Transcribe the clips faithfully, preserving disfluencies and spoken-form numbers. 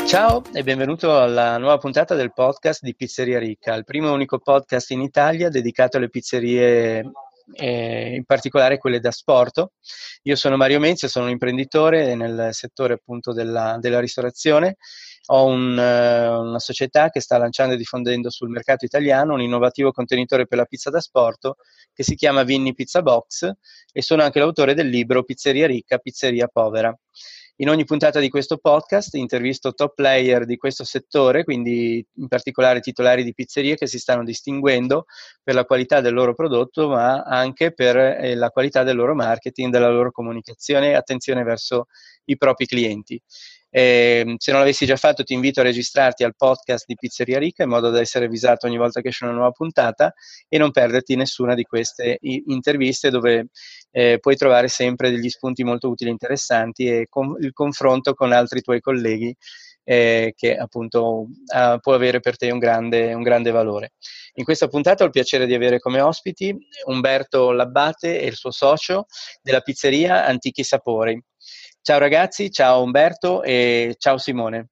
Ciao e benvenuto alla nuova puntata del podcast di Pizzeria Ricca, il primo e unico podcast in Italia dedicato alle pizzerie, eh, in particolare quelle da sport. Io sono Mario Menzio, sono un imprenditore nel settore appunto della, della ristorazione. Ho un, eh, una società che sta lanciando e diffondendo sul mercato italiano un innovativo contenitore per la pizza da sport che si chiama Vinny Pizza Box, e sono anche l'autore del libro Pizzeria Ricca, Pizzeria Povera. In ogni puntata di questo podcast intervisto top player di questo settore, quindi in particolare titolari di pizzerie che si stanno distinguendo per la qualità del loro prodotto, ma anche per eh, la qualità del loro marketing, della loro comunicazione e attenzione verso i propri clienti. Eh, se non l'avessi già fatto, ti invito a registrarti al podcast di Pizzeria Ricca in modo da essere avvisato ogni volta che esce una nuova puntata e non perderti nessuna di queste interviste, dove eh, puoi trovare sempre degli spunti molto utili e interessanti, e con, il confronto con altri tuoi colleghi eh, che appunto uh, può avere per te un grande, un grande valore. In questa puntata ho il piacere di avere come ospiti Umberto Labbate e il suo socio della pizzeria Antichi Sapori. Ciao ragazzi, ciao Umberto e ciao Simone.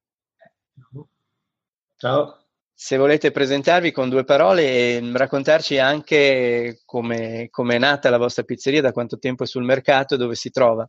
Ciao. Se volete presentarvi con due parole e raccontarci anche come è nata la vostra pizzeria, da quanto tempo è sul mercato e dove si trova.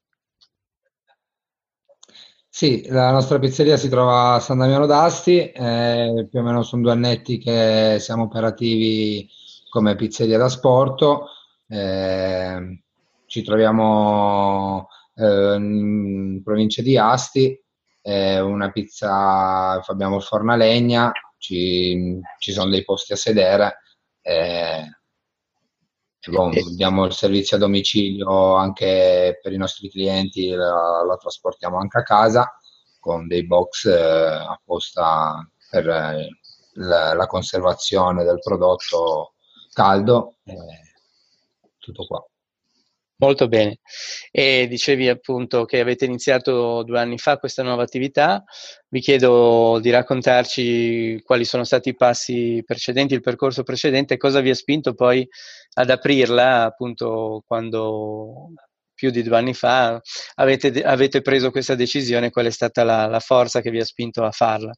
Sì, la nostra pizzeria si trova a San Damiano d'Asti, eh, più o meno sono due annetti che siamo operativi come pizzeria da sport. Eh, ci troviamo eh, in provincia di Asti, eh, una pizza, abbiamo il forno a legna, ci, ci sono dei posti a sedere. eh, Boh, E, diamo il servizio a domicilio anche per i nostri clienti, la, la trasportiamo anche a casa con dei box eh, apposta per eh, la, la conservazione del prodotto caldo. eh, tutto qua. Molto bene. E dicevi appunto che avete iniziato due anni fa questa nuova attività. Vi chiedo di raccontarci quali sono stati i passi precedenti, il percorso precedente, e cosa vi ha spinto poi ad aprirla, appunto, quando più di due anni fa avete, avete preso questa decisione, qual è stata la, la forza che vi ha spinto a farla?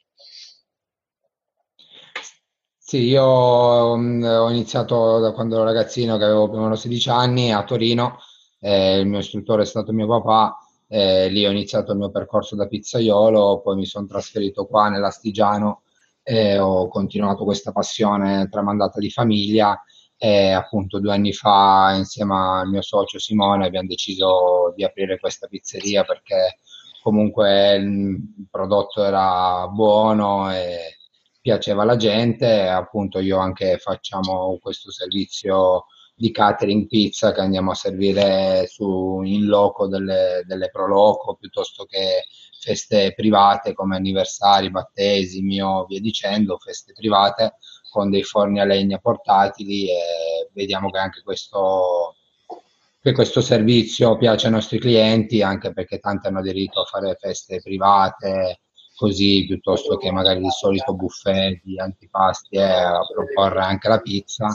Sì, io mh, ho iniziato da quando ero ragazzino, che avevo più o meno sedici anni, a Torino. Eh, il mio istruttore è stato mio papà. Eh, lì ho iniziato il mio percorso da pizzaiolo, poi mi sono trasferito qua nell'Astigiano e ho continuato questa passione tramandata di famiglia, e appunto due anni fa, insieme al mio socio Simone, abbiamo deciso di aprire questa pizzeria perché comunque il prodotto era buono e piaceva alla gente. Appunto io anche facciamo questo servizio di catering pizza che andiamo a servire su, in loco delle, delle pro loco piuttosto che feste private come anniversari, battesimi o via dicendo, feste private con dei forni a legna portatili, e vediamo che anche questo, che questo servizio piace ai nostri clienti, anche perché tanti hanno aderito a fare feste private così, piuttosto che magari il solito buffet di antipasti, e a proporre anche la pizza.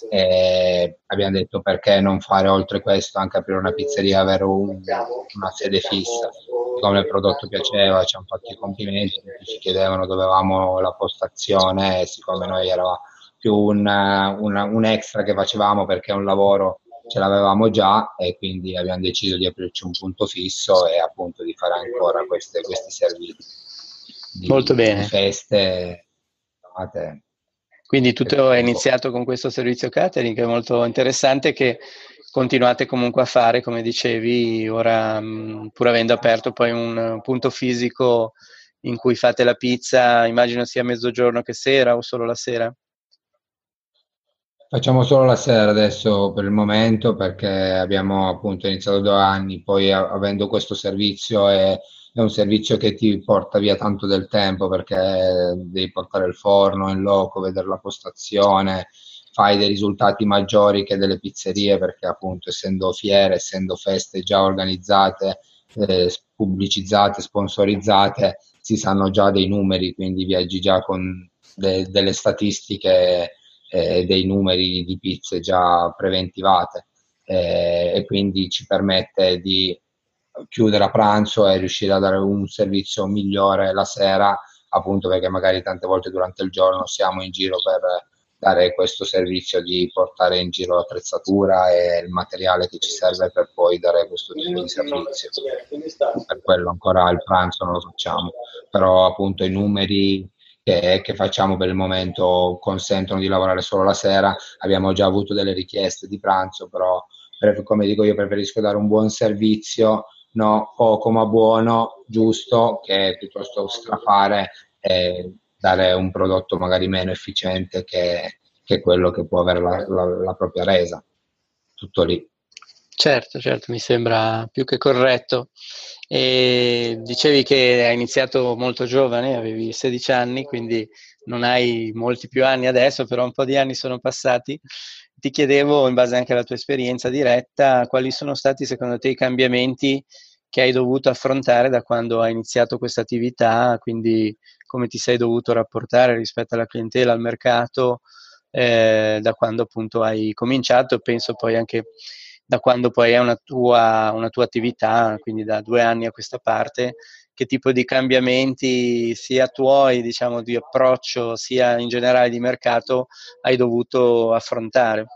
E abbiamo detto perché non fare oltre questo anche aprire una pizzeria, avere un- una sede fissa. Siccome il prodotto piaceva, ci hanno fatto i complimenti, tutti ci chiedevano dove avevamo la postazione, e siccome noi eravamo più un, un, un extra che facevamo perché un lavoro ce l'avevamo già, e quindi abbiamo deciso di aprirci un punto fisso e appunto di fare ancora queste, questi servizi Molto di, di bene. feste. Chiamate, Quindi che tutto è tempo. iniziato con questo servizio catering, che è molto interessante, che continuate comunque a fare, come dicevi, ora mh, pur avendo aperto poi un punto fisico in cui fate la pizza, immagino sia mezzogiorno che sera o solo la sera? Facciamo solo la sera adesso per il momento perché abbiamo appunto iniziato due anni, poi a- avendo questo servizio è, è un servizio che ti porta via tanto del tempo perché devi portare il forno in loco, vedere la postazione, fai dei risultati maggiori che delle pizzerie perché appunto essendo fiere, essendo feste già organizzate, eh, pubblicizzate, sponsorizzate, si sanno già dei numeri, quindi viaggi già con de- delle statistiche, eh, dei numeri di pizze già preventivate, eh, e quindi ci permette di chiudere a pranzo e riuscire a dare un servizio migliore la sera appunto perché magari tante volte durante il giorno siamo in giro per dare questo servizio di portare in giro l'attrezzatura e il materiale che ci serve per poi dare questo tipo di servizio. Per quello ancora il pranzo non lo facciamo, però appunto i numeri che, che facciamo per il momento consentono di lavorare solo la sera. Abbiamo già avuto delle richieste di pranzo, però per, come dico io preferisco dare un buon servizio, no, poco ma buono, giusto, che piuttosto strafare e dare un prodotto magari meno efficiente che, che quello che può avere la, la, la propria resa. Tutto lì. Certo, certo, mi sembra più che corretto. E dicevi che hai iniziato molto giovane, avevi sedici anni, quindi non hai molti più anni adesso, però un po' di anni sono passati. Ti chiedevo, in base anche alla tua esperienza diretta, quali sono stati secondo te i cambiamenti che hai dovuto affrontare da quando hai iniziato questa attività, quindi come ti sei dovuto rapportare rispetto alla clientela, al mercato, eh, da quando appunto hai cominciato, penso poi anche da quando poi è una tua, una tua attività, quindi da due anni a questa parte, che tipo di cambiamenti sia tuoi, diciamo, di approccio, sia in generale di mercato hai dovuto affrontare?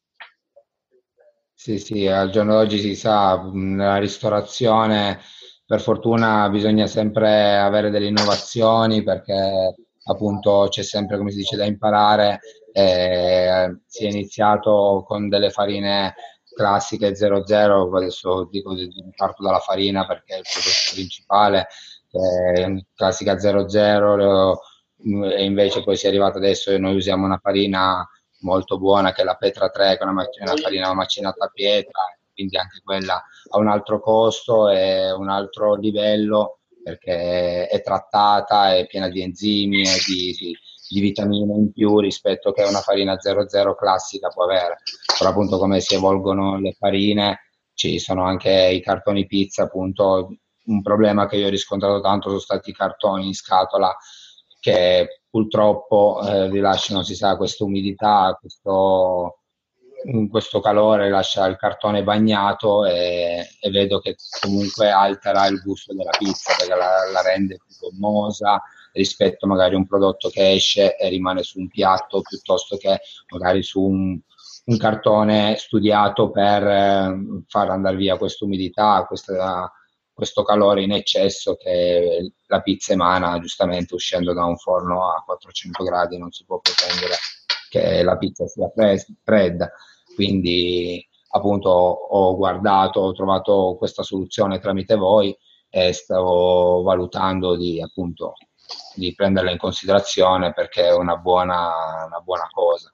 Sì, sì, al giorno d'oggi si sa, mh, nella ristorazione per fortuna bisogna sempre avere delle innovazioni perché appunto c'è sempre, come si dice, da imparare. Eh, si è iniziato con delle farine classiche zero zero, adesso dico, parto dalla farina perché è il prodotto principale, eh, classica zero zero, e invece poi si è arrivato adesso e noi usiamo una farina molto buona che è la Petra tre, che è una, mac- una farina macinata a pietra, quindi anche quella ha un altro costo e un altro livello perché è trattata, è piena di enzimi e di, di, di vitamine in più rispetto che una farina zero zero classica può avere. Però appunto come si evolgono le farine, ci sono anche i cartoni pizza, appunto un problema che io ho riscontrato tanto sono stati i cartoni in scatola che purtroppo eh, rilasciano, si sa, questa umidità, questo, questo calore, lascia il cartone bagnato e, e vedo che comunque altera il gusto della pizza perché la, la rende più gommosa rispetto magari a un prodotto che esce e rimane su un piatto piuttosto che magari su un, un cartone studiato per eh, far andare via questa umidità, questa questo calore in eccesso che la pizza emana, giustamente uscendo da un forno a quattrocento gradi non si può pretendere che la pizza sia fredda. Quindi appunto ho guardato, ho trovato questa soluzione tramite voi e stavo valutando di appunto di prenderla in considerazione perché è una buona, una buona cosa.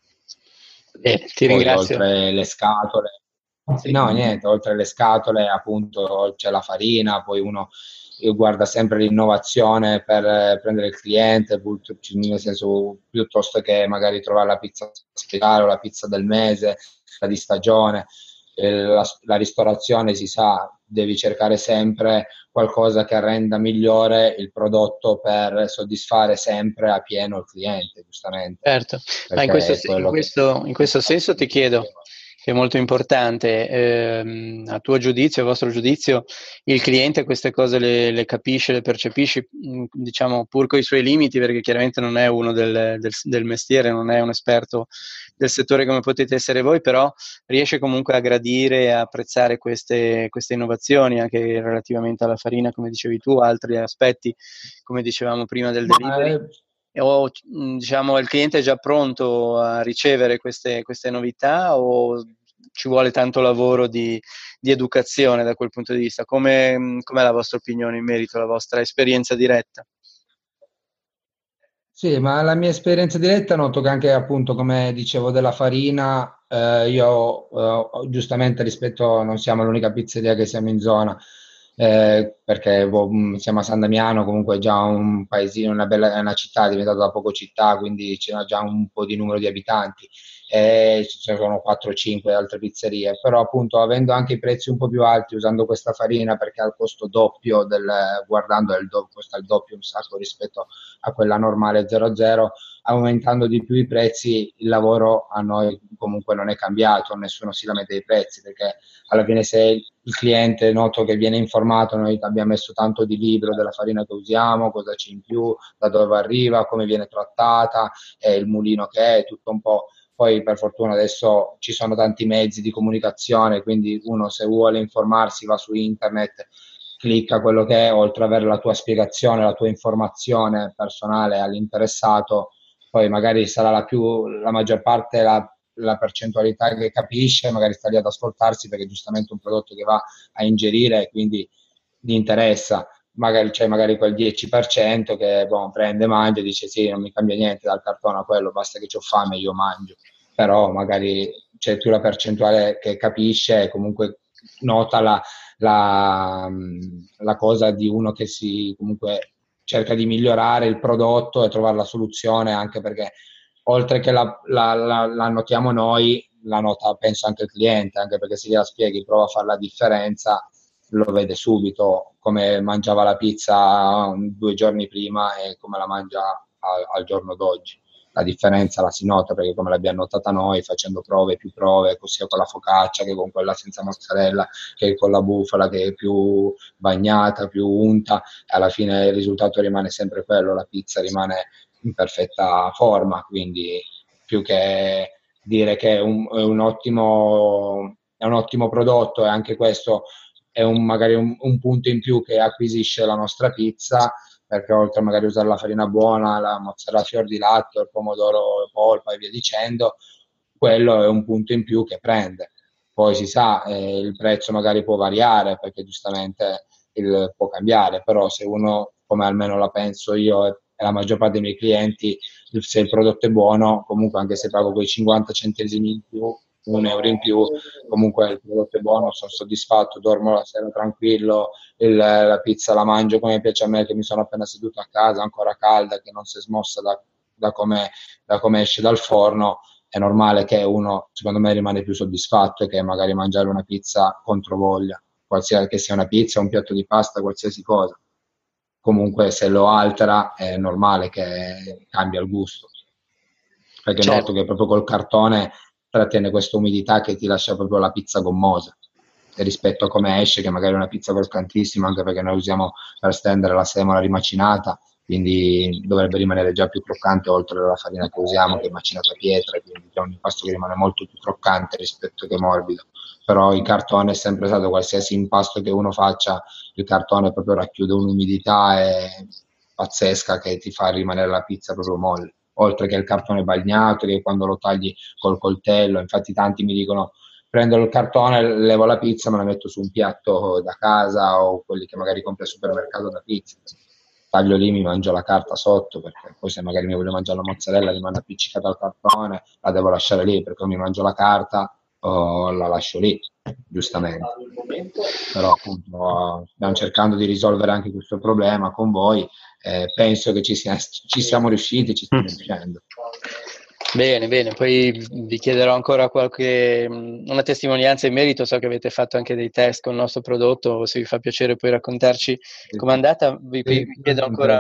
Eh, ti Poi ringrazio. oltre le scatole, sì, no, niente, oltre le scatole appunto c'è la farina, poi uno guarda sempre l'innovazione per eh, prendere il cliente, nel senso piuttosto che magari trovare la pizza speciale o la pizza del mese, la di stagione. Eh, la, la ristorazione si sa, devi cercare sempre qualcosa che renda migliore il prodotto per soddisfare sempre a pieno il cliente, giustamente, Certo, ma in perché questo, è in quello che... questo, in questo senso ti chiedo, che è molto importante, ehm, a tuo giudizio, a vostro giudizio, il cliente queste cose le, le capisce, le percepisce, mh, diciamo, pur con i suoi limiti, perché chiaramente non è uno del, del, del mestiere, non è un esperto del settore come potete essere voi, però riesce comunque a gradire e a apprezzare queste, queste innovazioni, anche relativamente alla farina, come dicevi tu, altri aspetti, come dicevamo prima del Ma, delivery. eh, O diciamo il cliente è già pronto a ricevere queste, queste novità o ci vuole tanto lavoro di, di educazione da quel punto di vista? Come, com'è la vostra opinione in merito alla vostra esperienza diretta? Sì, ma la mia esperienza diretta noto che anche appunto come dicevo della farina, eh, io eh, giustamente rispetto, non siamo l'unica pizzeria che siamo in zona, eh, perché boh, mh, siamo a San Damiano, comunque è già un paesino, una bella è una città, è diventata da poco città, quindi c'è già un po' di numero di abitanti, e ci sono quattro o cinque altre pizzerie, però appunto avendo anche i prezzi un po' più alti usando questa farina perché ha il costo doppio del, guardando è il do, costa il doppio un sacco rispetto a quella normale zero zero, aumentando di più i prezzi, il lavoro a noi comunque non è cambiato, nessuno si lamenta dei prezzi, perché alla fine se il cliente noto che viene informato, noi abbiamo messo tanto di libro della farina che usiamo, cosa c'è in più, da dove arriva, come viene trattata, eh, il mulino che è, tutto un po'. Poi per fortuna adesso ci sono tanti mezzi di comunicazione, quindi uno se vuole informarsi va su internet, clicca quello che è, oltre ad avere la tua spiegazione, la tua informazione personale all'interessato, poi magari sarà la più, la maggior parte la, la percentualità che capisce, magari sta lì ad ascoltarsi perché è giustamente un prodotto che va a ingerire, quindi gli interessa. Magari c'è magari quel dieci per cento che boh, prende, mangia e dice sì, non mi cambia niente dal cartone a quello, basta che ho fame, io mangio. Però magari c'è più la percentuale che capisce e comunque nota la, la, la cosa di uno che si comunque cerca di migliorare il prodotto e trovare la soluzione, anche perché oltre che la, la, la, la notiamo noi, la nota penso anche il cliente, anche perché se gliela spieghi, prova a fare la differenza, lo vede subito, come mangiava la pizza due giorni prima e come la mangia al, al giorno d'oggi. La differenza la si nota perché come l'abbiamo notata noi facendo prove più prove, sia con la focaccia che con quella senza mozzarella, che con la bufala che è più bagnata, più unta, alla fine il risultato rimane sempre quello, la pizza rimane in perfetta forma, quindi più che dire che è un, è un ottimo è un ottimo prodotto e anche questo è un, magari un, un punto in più che acquisisce la nostra pizza, perché oltre a magari usare la farina buona, la mozzarella fior di latte, il pomodoro polpa e via dicendo, quello è un punto in più che prende. Poi si sa, eh, il prezzo magari può variare perché giustamente il, può cambiare, però se uno, come almeno la penso io e la maggior parte dei miei clienti, se il prodotto è buono, comunque anche se pago quei cinquanta centesimi in più, un euro in più, comunque il prodotto è buono, sono soddisfatto, dormo la sera tranquillo, il, la pizza la mangio come piace a me, che mi sono appena seduto a casa, ancora calda, che non si è smossa da, da, come, da come esce dal forno. È normale che uno, secondo me, rimane più soddisfatto che magari mangiare una pizza contro voglia, qualsiasi che sia una pizza, un piatto di pasta, qualsiasi cosa. Comunque se lo altera è normale che cambia il gusto, perché noto Certo. che proprio col cartone trattiene questa umidità che ti lascia proprio la pizza gommosa rispetto a come esce, che magari è una pizza croccantissima, anche perché noi usiamo per stendere la semola rimacinata, quindi dovrebbe rimanere già più croccante oltre alla farina che usiamo che è macinata a pietra, quindi è un impasto che rimane molto più croccante rispetto che morbido. Però il cartone è sempre stato, qualsiasi impasto che uno faccia, il cartone proprio racchiude un'umidità e pazzesca che ti fa rimanere la pizza proprio molle, oltre che il cartone bagnato che quando lo tagli col coltello, infatti tanti mi dicono prendo il cartone, levo la pizza, me la metto su un piatto da casa o quelli che magari compri al supermercato da pizza. Taglio lì, mi mangio la carta sotto, perché poi se magari mi voglio mangiare la mozzarella rimane appiccicata al cartone, la devo lasciare lì, perché o mi mangio la carta o la lascio lì, giustamente. Però appunto stiamo cercando di risolvere anche questo problema con voi, eh, penso che ci, sia, ci siamo riusciti, ci stiamo riuscendo. Bene, bene, poi vi chiederò ancora qualche una testimonianza in merito, so che avete fatto anche dei test con il nostro prodotto, se vi fa piacere poi raccontarci com'è andata, vi, vi chiedo ancora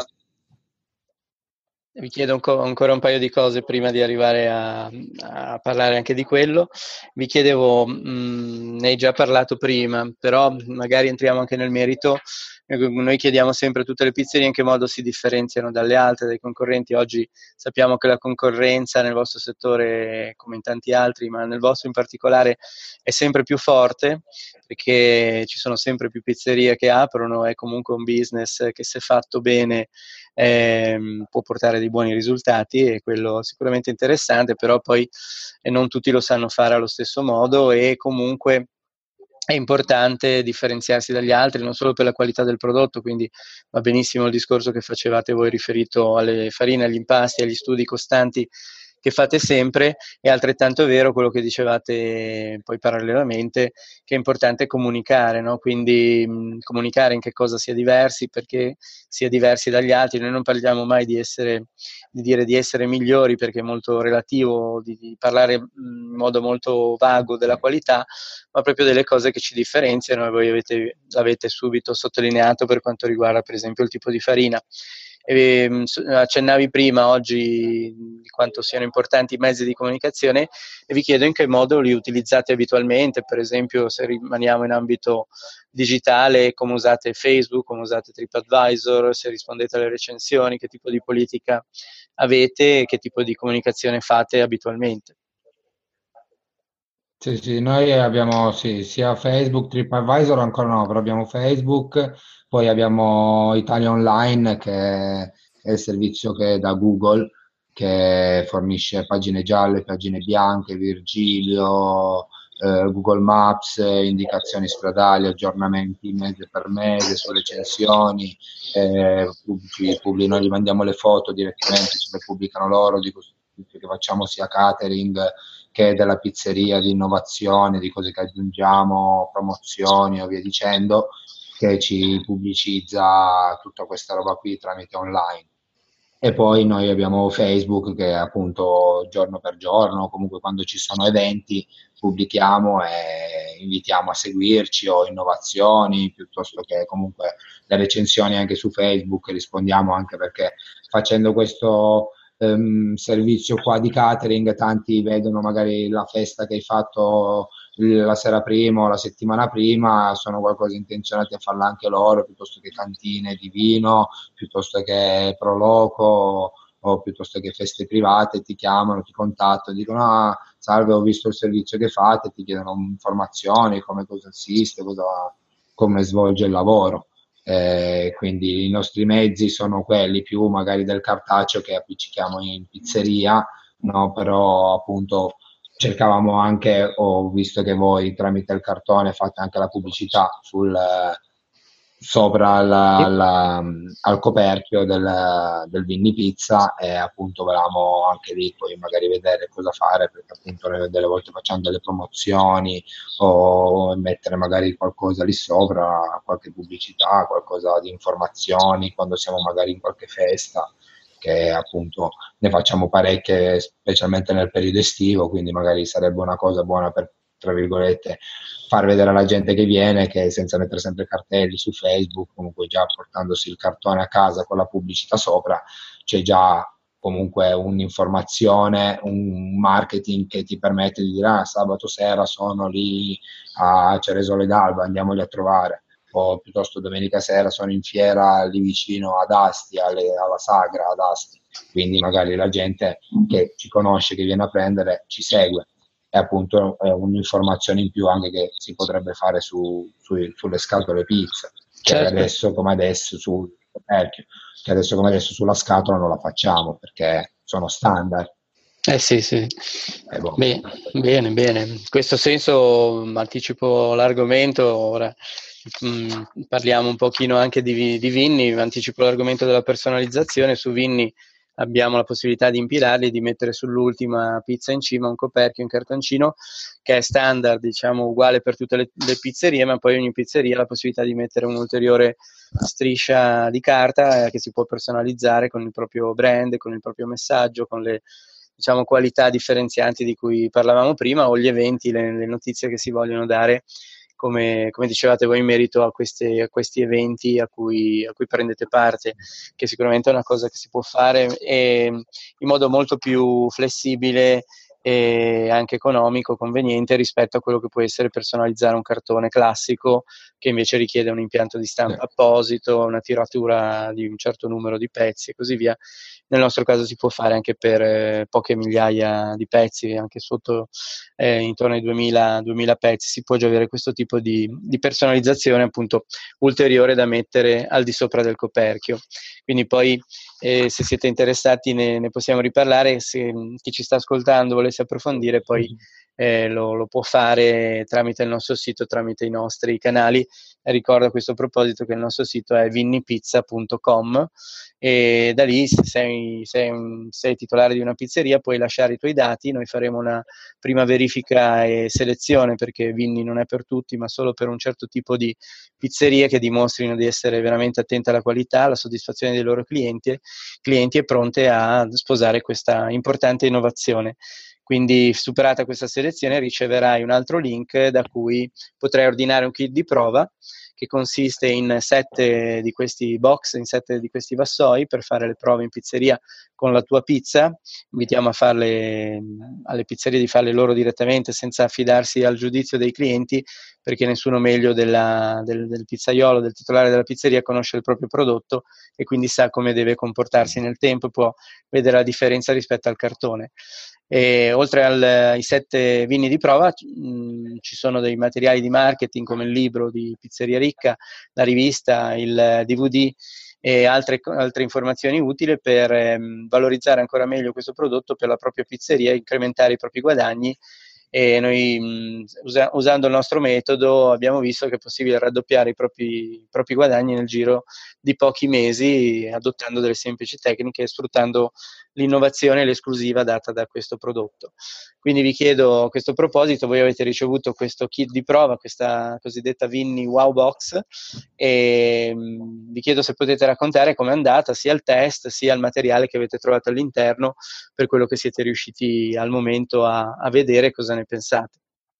vi chiedo ancora un paio di cose prima di arrivare a, a parlare anche di quello. Vi chiedevo, mh, ne hai già parlato prima, però magari entriamo anche nel merito. Noi chiediamo sempre a tutte le pizzerie in che modo si differenziano dalle altre, dai concorrenti. Oggi sappiamo che la concorrenza nel vostro settore, come in tanti altri, ma nel vostro in particolare, è sempre più forte, perché ci sono sempre più pizzerie che aprono, è comunque un business che se fatto bene eh, può portare dei buoni risultati e quello sicuramente interessante, però poi eh, non tutti lo sanno fare allo stesso modo e comunque è importante differenziarsi dagli altri non solo per la qualità del prodotto, quindi va benissimo il discorso che facevate voi riferito alle farine, agli impasti, agli studi costanti che fate sempre, è altrettanto vero quello che dicevate poi parallelamente, che è importante comunicare, no? Quindi mh, comunicare in che cosa sia diversi, perché sia diversi dagli altri. Noi non parliamo mai di essere, di dire di essere migliori, perché è molto relativo, di, di parlare in modo molto vago della qualità, ma proprio delle cose che ci differenziano, e voi avete, l'avete subito sottolineato per quanto riguarda per esempio il tipo di farina. E, mh, accennavi prima oggi di quanto siano importanti i mezzi di comunicazione e vi chiedo in che modo li utilizzate abitualmente, per esempio se rimaniamo in ambito digitale, come usate Facebook, come usate TripAdvisor, se rispondete alle recensioni, che tipo di politica avete e che tipo di comunicazione fate abitualmente. Sì, sì, noi abbiamo sì, sia Facebook, TripAdvisor ancora no, però abbiamo Facebook, poi abbiamo Italia Online che è il servizio che è da Google, che fornisce pagine gialle, pagine bianche, Virgilio, eh, Google Maps, eh, indicazioni stradali, aggiornamenti mese per mese sulle recensioni, eh, ci pubblic- noi gli mandiamo le foto direttamente, ce le pubblicano loro di questo che facciamo sia catering che della pizzeria, di innovazione, di cose che aggiungiamo, promozioni o via dicendo, che ci pubblicizza tutta questa roba qui tramite online. E poi noi abbiamo Facebook che appunto giorno per giorno, comunque quando ci sono eventi, pubblichiamo e invitiamo a seguirci o innovazioni, piuttosto che comunque le recensioni anche su Facebook, rispondiamo anche perché facendo questo ehm, servizio qua di catering, tanti vedono magari la festa che hai fatto la sera prima o la settimana prima, sono qualcosa intenzionati a farla anche loro, piuttosto che cantine di vino, piuttosto che Proloco o piuttosto che feste private, ti chiamano, ti contattano, dicono ah, salve, ho visto il servizio che fate, ti chiedono informazioni, come cosa assiste, cosa, come svolge il lavoro. Eh, quindi i nostri mezzi sono quelli più magari del cartaceo che appiccichiamo in pizzeria, no? Però appunto cercavamo anche, ho visto che voi tramite il cartone fate anche la pubblicità sul, sopra la, la, al coperchio del, del Vinny Pizza e appunto volevamo anche lì poi magari vedere cosa fare perché appunto delle volte facciamo delle promozioni o mettere magari qualcosa lì sopra, qualche pubblicità, qualcosa di informazioni quando siamo magari in qualche festa che appunto ne facciamo parecchie specialmente nel periodo estivo, quindi magari sarebbe una cosa buona per, tra virgolette, far vedere alla gente che viene che senza mettere sempre cartelli su Facebook, comunque già portandosi il cartone a casa con la pubblicità sopra, c'è già comunque un'informazione, un marketing che ti permette di dire ah, sabato sera sono lì a Ceresole d'Alba, andiamoli a trovare, o piuttosto domenica sera sono in fiera lì vicino ad Asti, alle, alla Sagra ad Asti, quindi magari la gente che ci conosce, che viene a prendere, ci segue. È appunto è un'informazione in più anche che si potrebbe fare su, su, sulle scatole pizza, che Certo. adesso come adesso sul coperchio, che adesso come adesso sulla scatola non la facciamo perché sono standard. Eh sì, sì. Eh, boh. Beh, bene, bene. In questo senso mh, anticipo l'argomento, ora mh, parliamo un pochino anche di, di Vinny, anticipo l'argomento della personalizzazione. Su Vinny abbiamo la possibilità di impilarli, di mettere sull'ultima pizza in cima un coperchio in cartoncino che è standard, diciamo, uguale per tutte le, le pizzerie, ma poi ogni pizzeria ha la possibilità di mettere un'ulteriore striscia di carta eh, che si può personalizzare con il proprio brand, con il proprio messaggio, con le diciamo, qualità differenzianti di cui parlavamo prima o gli eventi, le, le notizie che si vogliono dare, come, come dicevate voi, in merito a, queste, a questi eventi a cui, a cui prendete parte, che sicuramente è una cosa che si può fare e, in modo molto più flessibile e anche economico, conveniente rispetto a quello che può essere personalizzare un cartone classico che invece richiede un impianto di stampa apposito, una tiratura di un certo numero di pezzi e così via. Nel nostro caso si può fare anche per eh, poche migliaia di pezzi, anche sotto eh, intorno ai duemila, duemila pezzi, si può già avere questo tipo di, di personalizzazione appunto ulteriore da mettere al di sopra del coperchio. Quindi poi eh, se siete interessati ne, ne possiamo riparlare, se chi ci sta ascoltando volesse approfondire poi eh, lo, lo può fare tramite il nostro sito, tramite i nostri canali. E ricordo a questo proposito che il nostro sito è vinnipizza punto com e da lì se sei, sei, un, sei titolare di una pizzeria puoi lasciare i tuoi dati, noi faremo una prima verifica e selezione perché Vinny non è per tutti ma solo per un certo tipo di pizzerie che dimostrino di essere veramente attente alla qualità, alla soddisfazione dei loro clienti, clienti e pronte a sposare questa importante innovazione. Quindi superata questa selezione riceverai un altro link da cui potrai ordinare un kit di prova che consiste in sette di questi box, in sette di questi vassoi per fare le prove in pizzeria con la tua pizza. Invitiamo a farle alle pizzerie di farle loro direttamente senza affidarsi al giudizio dei clienti, perché nessuno meglio della, del, del pizzaiolo, del titolare della pizzeria conosce il proprio prodotto e quindi sa come deve comportarsi nel tempo, può vedere la differenza rispetto al cartone. E oltre al, ai sette vini di prova mh, ci sono dei materiali di marketing come il libro di Pizzeria Ricca, la rivista, il D V D e altre, altre informazioni utili per ehm, valorizzare ancora meglio questo prodotto per la propria pizzeria e incrementare i propri guadagni. E noi mh, usa, usando il nostro metodo abbiamo visto che è possibile raddoppiare i propri, i propri guadagni nel giro di pochi mesi, adottando delle semplici tecniche e sfruttando l'innovazione e l'esclusiva data da questo prodotto. Quindi vi chiedo a questo proposito, voi avete ricevuto questo kit di prova, questa cosiddetta Vinny Wow Box, e mh, vi chiedo se potete raccontare com'è andata sia il test sia il materiale che avete trovato all'interno, per quello che siete riusciti al momento a, a vedere, cosa ne pensate.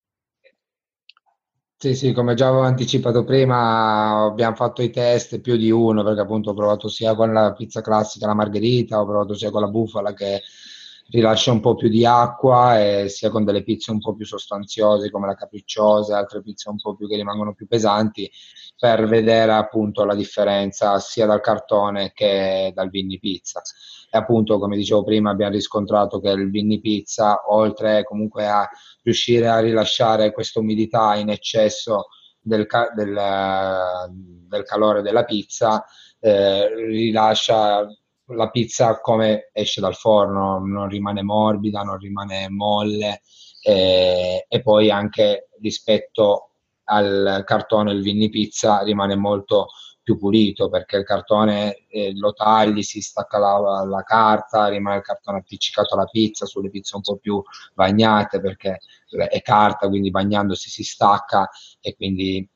Sì, sì, come già avevo anticipato prima, abbiamo fatto i test più di uno, perché appunto ho provato sia con la pizza classica, la margherita, ho provato sia con la bufala che rilascia un po' più di acqua, e sia con delle pizze un po' più sostanziose come la capricciosa, altre pizze un po' più che rimangono più pesanti, per vedere appunto la differenza sia dal cartone che dal Vinny Pizza. E appunto, come dicevo prima, abbiamo riscontrato che il Vinny Pizza, oltre comunque a riuscire a rilasciare questa umidità in eccesso del, ca- del, eh, del calore della pizza, eh, rilascia la pizza come esce dal forno, non rimane morbida, non rimane molle, eh, e poi anche rispetto al cartone il Vinny Pizza rimane molto più pulito, perché il cartone eh, lo tagli, si stacca la, la carta, rimane il cartone appiccicato alla pizza, sulle pizze un po' più bagnate perché è carta, quindi bagnandosi si stacca, e quindi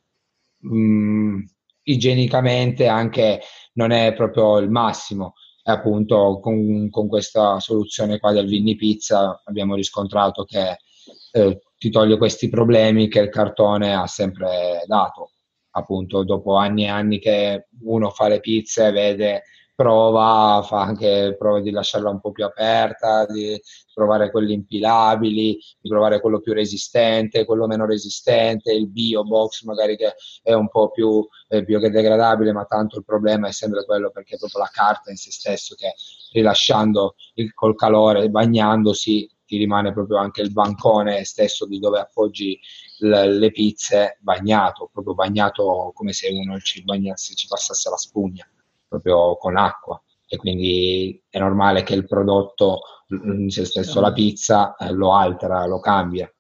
mh, igienicamente anche non è proprio il massimo. E appunto con, con questa soluzione qua del Vinny Pizza abbiamo riscontrato che eh, ti toglie questi problemi che il cartone ha sempre dato. Appunto, dopo anni e anni che uno fa le pizze, vede, prova, fa anche prova di lasciarla un po' più aperta, di provare quelli impilabili, di provare quello più resistente, quello meno resistente, il bio box magari che è un po' più eh, biodegradabile, ma tanto il problema è sempre quello, perché è proprio la carta in se stesso che, rilasciando il, col calore, bagnandosi, ti rimane proprio anche il bancone stesso di dove appoggi le, le pizze bagnato, proprio bagnato come se uno ci bagnasse, ci passasse la spugna, proprio con acqua. E quindi è normale che il prodotto in se stesso, la pizza, eh, lo altera, lo cambia.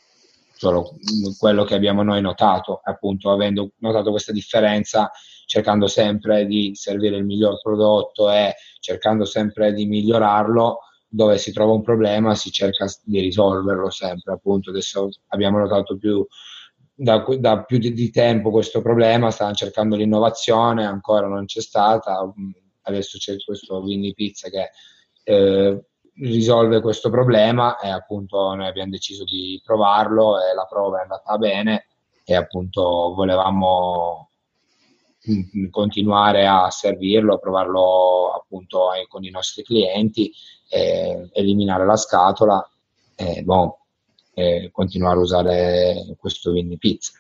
Solo quello che abbiamo noi notato, appunto, avendo notato questa differenza, cercando sempre di servire il miglior prodotto e cercando sempre di migliorarlo, dove si trova un problema si cerca di risolverlo sempre. Appunto, adesso abbiamo notato più da, da più di, di tempo questo problema, stavano cercando l'innovazione, ancora non c'è stata. Adesso c'è questo Vinny Pizza che eh, risolve questo problema, e appunto noi abbiamo deciso di provarlo e la prova è andata bene, e appunto volevamo mh, continuare a servirlo, a provarlo appunto ai- con i nostri clienti, eh, eliminare la scatola e bon, eh, continuare a usare questo Vinny Pizza.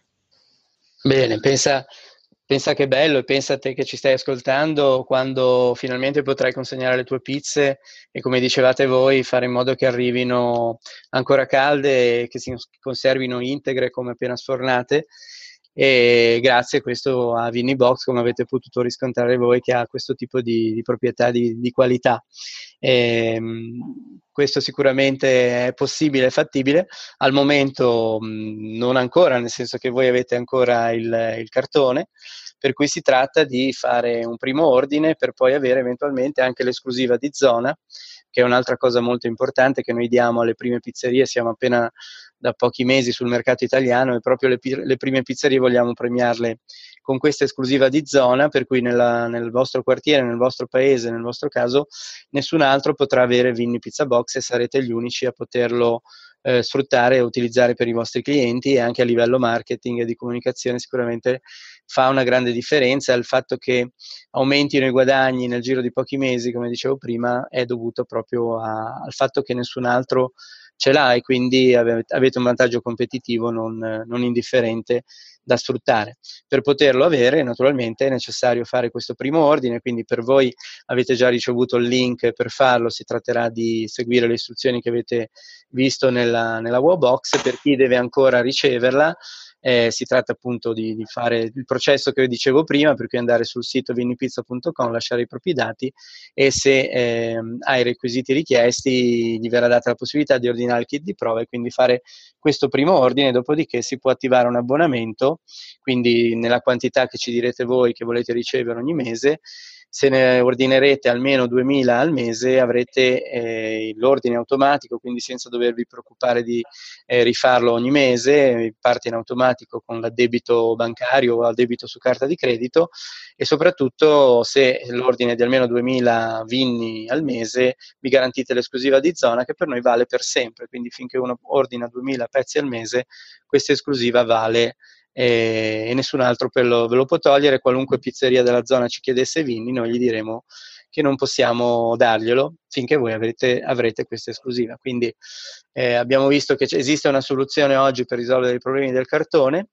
Bene, pensa, pensa che bello, e pensa a te che ci stai ascoltando, quando finalmente potrai consegnare le tue pizze e, come dicevate voi, fare in modo che arrivino ancora calde e che si conservino integre come appena sfornate. E grazie a questo a Vinny Box, come avete potuto riscontrare voi, che ha questo tipo di, di proprietà di, di qualità. E, mh, questo sicuramente è possibile, è fattibile. Al momento mh, non ancora, nel senso che voi avete ancora il, il cartone, per cui si tratta di fare un primo ordine per poi avere eventualmente anche l'esclusiva di zona, che è un'altra cosa molto importante che noi diamo alle prime pizzerie. Siamo appena da pochi mesi sul mercato italiano e proprio le, le prime pizzerie vogliamo premiarle con questa esclusiva di zona, per cui nella, nel vostro quartiere, nel vostro paese, nel vostro caso, nessun altro potrà avere Vinny Pizza Box e sarete gli unici a poterlo eh, sfruttare e utilizzare per i vostri clienti, e anche a livello marketing e di comunicazione sicuramente fa una grande differenza. Il fatto che aumentino i guadagni nel giro di pochi mesi, come dicevo prima, è dovuto proprio a, al fatto che nessun altro ce l'ha, e quindi avete un vantaggio competitivo non, non indifferente da sfruttare. Per poterlo avere, naturalmente, è necessario fare questo primo ordine, quindi per voi avete già ricevuto il link per farlo, si tratterà di seguire le istruzioni che avete visto nella, nella wow box. Per chi deve ancora riceverla, eh, si tratta appunto di, di fare il processo che vi dicevo prima, per cui andare sul sito vinnipizza punto com, lasciare i propri dati, e se eh, ha i requisiti richiesti gli verrà data la possibilità di ordinare il kit di prova e quindi fare questo primo ordine. Dopodiché si può attivare un abbonamento, quindi nella quantità che ci direte voi che volete ricevere ogni mese. Se ne ordinerete almeno duemila al mese avrete eh, l'ordine automatico, quindi senza dovervi preoccupare di eh, rifarlo ogni mese, parte in automatico con l'addebito bancario o addebito su carta di credito. E soprattutto, se l'ordine è di almeno duemila vinni al mese, vi garantite l'esclusiva di zona, che per noi vale per sempre, quindi finché uno ordina duemila pezzi al mese questa esclusiva vale e nessun altro ve lo, ve lo può togliere. Qualunque pizzeria della zona ci chiedesse vini, noi gli diremo che non possiamo darglielo finché voi avrete, avrete questa esclusiva. Quindi eh, abbiamo visto che esiste una soluzione oggi per risolvere i problemi del cartone,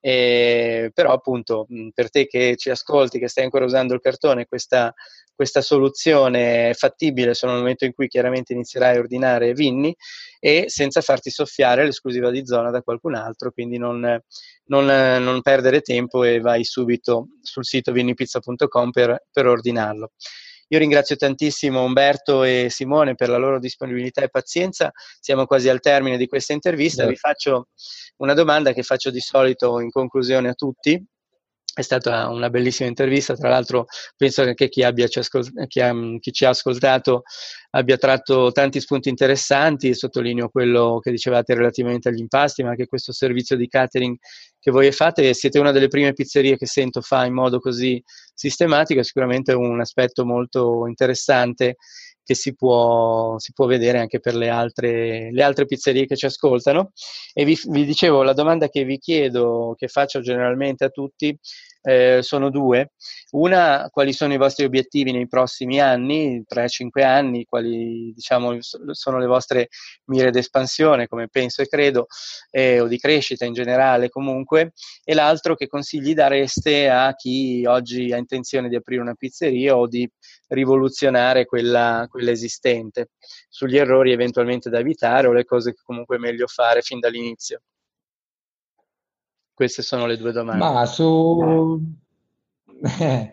eh, però appunto per te che ci ascolti, che stai ancora usando il cartone, questa, questa soluzione è fattibile solo nel momento in cui chiaramente inizierai a ordinare vinni, e senza farti soffiare l'esclusiva di zona da qualcun altro. Quindi non, non, non perdere tempo e vai subito sul sito vinnipizza punto com per, per ordinarlo. Io ringrazio tantissimo Umberto e Simone per la loro disponibilità e pazienza. Siamo quasi al termine di questa intervista. Grazie. Vi faccio una domanda che faccio di solito in conclusione a tutti. È stata una bellissima intervista, tra l'altro penso che chi, abbia ci, ascolt- chi, ha, chi ci ha ascoltato abbia tratto tanti spunti interessanti. Sottolineo quello che dicevate relativamente agli impasti, ma anche questo servizio di catering che voi fate. Siete una delle prime pizzerie che sento fa in modo così sistematico, sicuramente è un aspetto molto interessante che si può, si può vedere anche per le altre, le altre pizzerie che ci ascoltano. E vi, vi dicevo, la domanda che vi chiedo, che faccio generalmente a tutti, eh, sono due. Una: quali sono i vostri obiettivi nei prossimi anni, tre cinque anni, quali diciamo sono le vostre mire d'espansione, come penso e credo, eh, o di crescita in generale comunque. E l'altro: che consigli dareste a chi oggi ha intenzione di aprire una pizzeria o di rivoluzionare quella, quella esistente, sugli errori eventualmente da evitare o le cose che comunque è meglio fare fin dall'inizio? Queste sono le due domande. Ma su eh,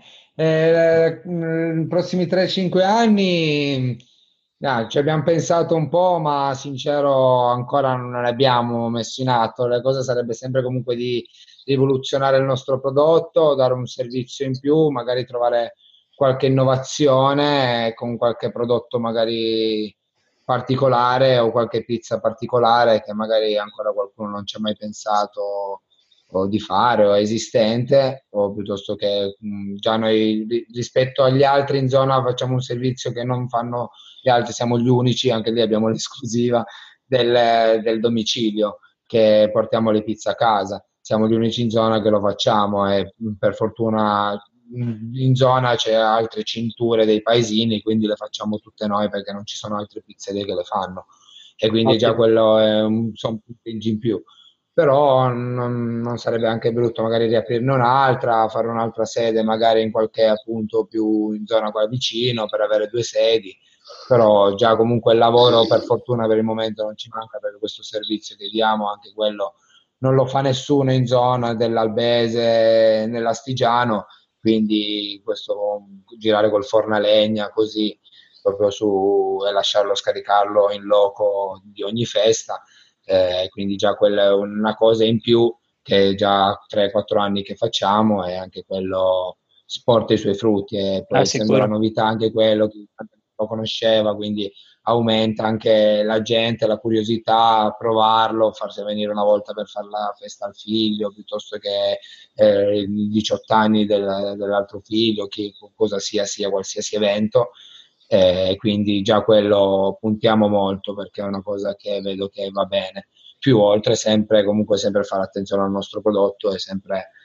eh, nei prossimi tre cinque anni ah, ci abbiamo pensato un po', ma sincero ancora non abbiamo messo in atto. La cosa sarebbe sempre comunque di rivoluzionare il nostro prodotto, dare un servizio in più, magari trovare qualche innovazione con qualche prodotto magari particolare o qualche pizza particolare che magari ancora qualcuno non ci ha mai pensato o di fare o esistente, o piuttosto che mh, già noi ri- rispetto agli altri in zona facciamo un servizio che non fanno gli altri, siamo gli unici, anche lì abbiamo l'esclusiva del, del domicilio, che portiamo le pizze a casa, siamo gli unici in zona che lo facciamo e mh, per fortuna mh, in zona c'è altre cinture dei paesini, quindi le facciamo tutte noi perché non ci sono altre pizzerie che le fanno, e quindi già Ottimo. quello è un, sono punteggi in più. Però non, non sarebbe anche brutto magari riaprirne un'altra, fare un'altra sede magari in qualche appunto più in zona qua vicino per avere due sedi. Però già comunque il lavoro per fortuna per il momento non ci manca, perché questo servizio che diamo anche quello non lo fa nessuno in zona dell'Albese, nell'Astigiano, quindi questo girare col forno a legna così proprio su e lasciarlo scaricarlo in loco di ogni festa, eh, quindi già quella è una cosa in più che già tre quattro anni che facciamo, e anche quello porta i suoi frutti, e poi Ah, essendo la sicuro. novità anche quello che lo conosceva, quindi aumenta anche la gente, la curiosità a provarlo, farsi venire una volta per fare la festa al figlio, piuttosto che eh, i diciotto anni del, dell'altro figlio, che cosa sia, sia qualsiasi evento. Eh, quindi già quello puntiamo molto perché è una cosa che vedo che va bene. Più oltre sempre, comunque sempre fare attenzione al nostro prodotto e sempre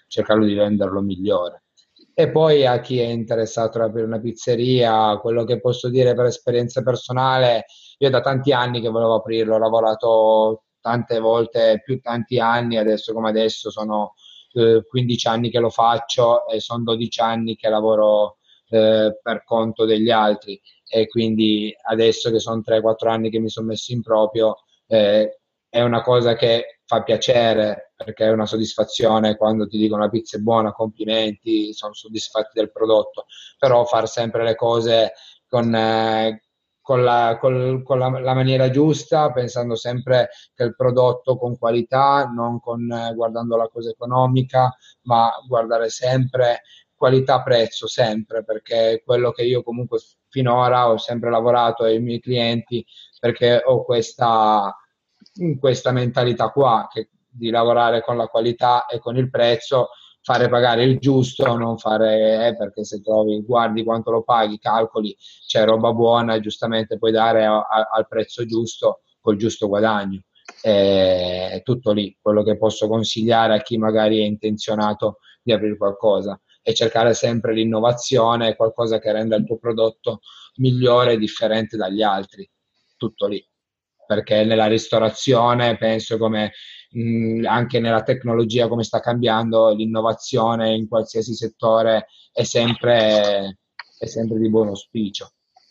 cercarlo di renderlo migliore. E poi a chi è interessato ad aprire una pizzeria, quello che posso dire per esperienza personale, io da tanti anni che volevo aprirlo, ho lavorato tante volte, più tanti anni, adesso come adesso sono eh, quindici anni che lo faccio e sono dodici anni che lavoro eh, per conto degli altri, e quindi adesso che sono tre quattro anni che mi sono messo in proprio, eh, è una cosa che fa piacere, perché è una soddisfazione quando ti dicono la pizza è buona, complimenti, sono soddisfatti del prodotto, però far sempre le cose con, eh, con, la, col- con la- la maniera giusta, pensando sempre che il prodotto con qualità, non con, eh, guardando la cosa economica, ma guardare sempre qualità-prezzo, sempre, perché è quello che io comunque finora ho sempre lavorato ai miei clienti, perché ho questa in questa mentalità qua, che di lavorare con la qualità e con il prezzo, fare pagare il giusto, non fare, eh, perché se trovi, guardi quanto lo paghi, calcoli, c'è roba buona e giustamente puoi dare a, a, al prezzo giusto, col giusto guadagno. Eh, è tutto lì, quello che posso consigliare a chi magari è intenzionato di aprire qualcosa, e cercare sempre l'innovazione, qualcosa che renda il tuo prodotto migliore e differente dagli altri, tutto lì, perché nella ristorazione penso come mh, anche nella tecnologia come sta cambiando, l'innovazione in qualsiasi settore è sempre, è sempre di buon auspicio.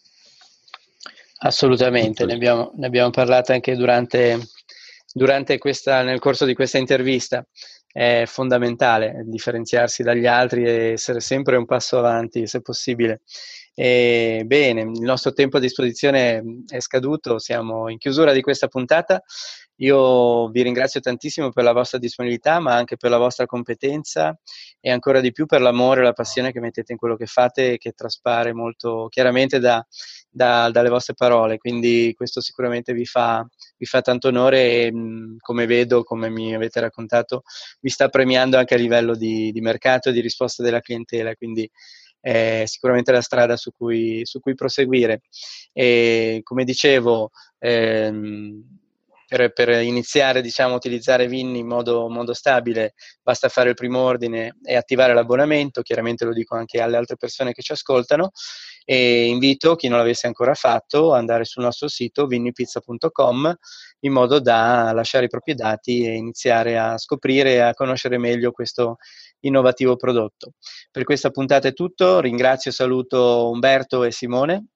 Assolutamente, ne abbiamo, ne abbiamo parlato anche durante, durante questa, nel corso di questa intervista. È fondamentale differenziarsi dagli altri e essere sempre un passo avanti, se possibile. E, bene, il nostro tempo a disposizione è scaduto, siamo in chiusura di questa puntata. Io vi ringrazio tantissimo per la vostra disponibilità, ma anche per la vostra competenza e ancora di più per l'amore e la passione che mettete in quello che fate e che traspare molto chiaramente da, da, dalle vostre parole, quindi questo sicuramente vi fa, vi fa tanto onore e mh, come vedo, come mi avete raccontato, vi sta premiando anche a livello di, di mercato e di risposta della clientela, quindi è sicuramente la strada su cui, su cui proseguire. E come dicevo, ehm, per, per iniziare, diciamo, a utilizzare Vinni in modo, modo stabile basta fare il primo ordine e attivare l'abbonamento. Chiaramente lo dico anche alle altre persone che ci ascoltano, e invito chi non l'avesse ancora fatto ad andare sul nostro sito vinnipizza punto com in modo da lasciare i propri dati e iniziare a scoprire e a conoscere meglio questo innovativo prodotto. Per questa puntata è tutto, ringrazio e saluto Umberto e Simone.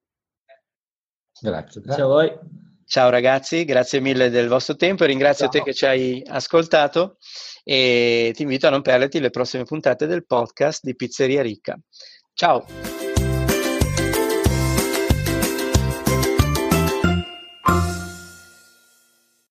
Grazie. Ciao a voi. Ciao ragazzi, grazie mille del vostro tempo e ringrazio Ciao. te che ci hai ascoltato, e ti invito a non perderti le prossime puntate del podcast di Pizzeria Ricca. Ciao!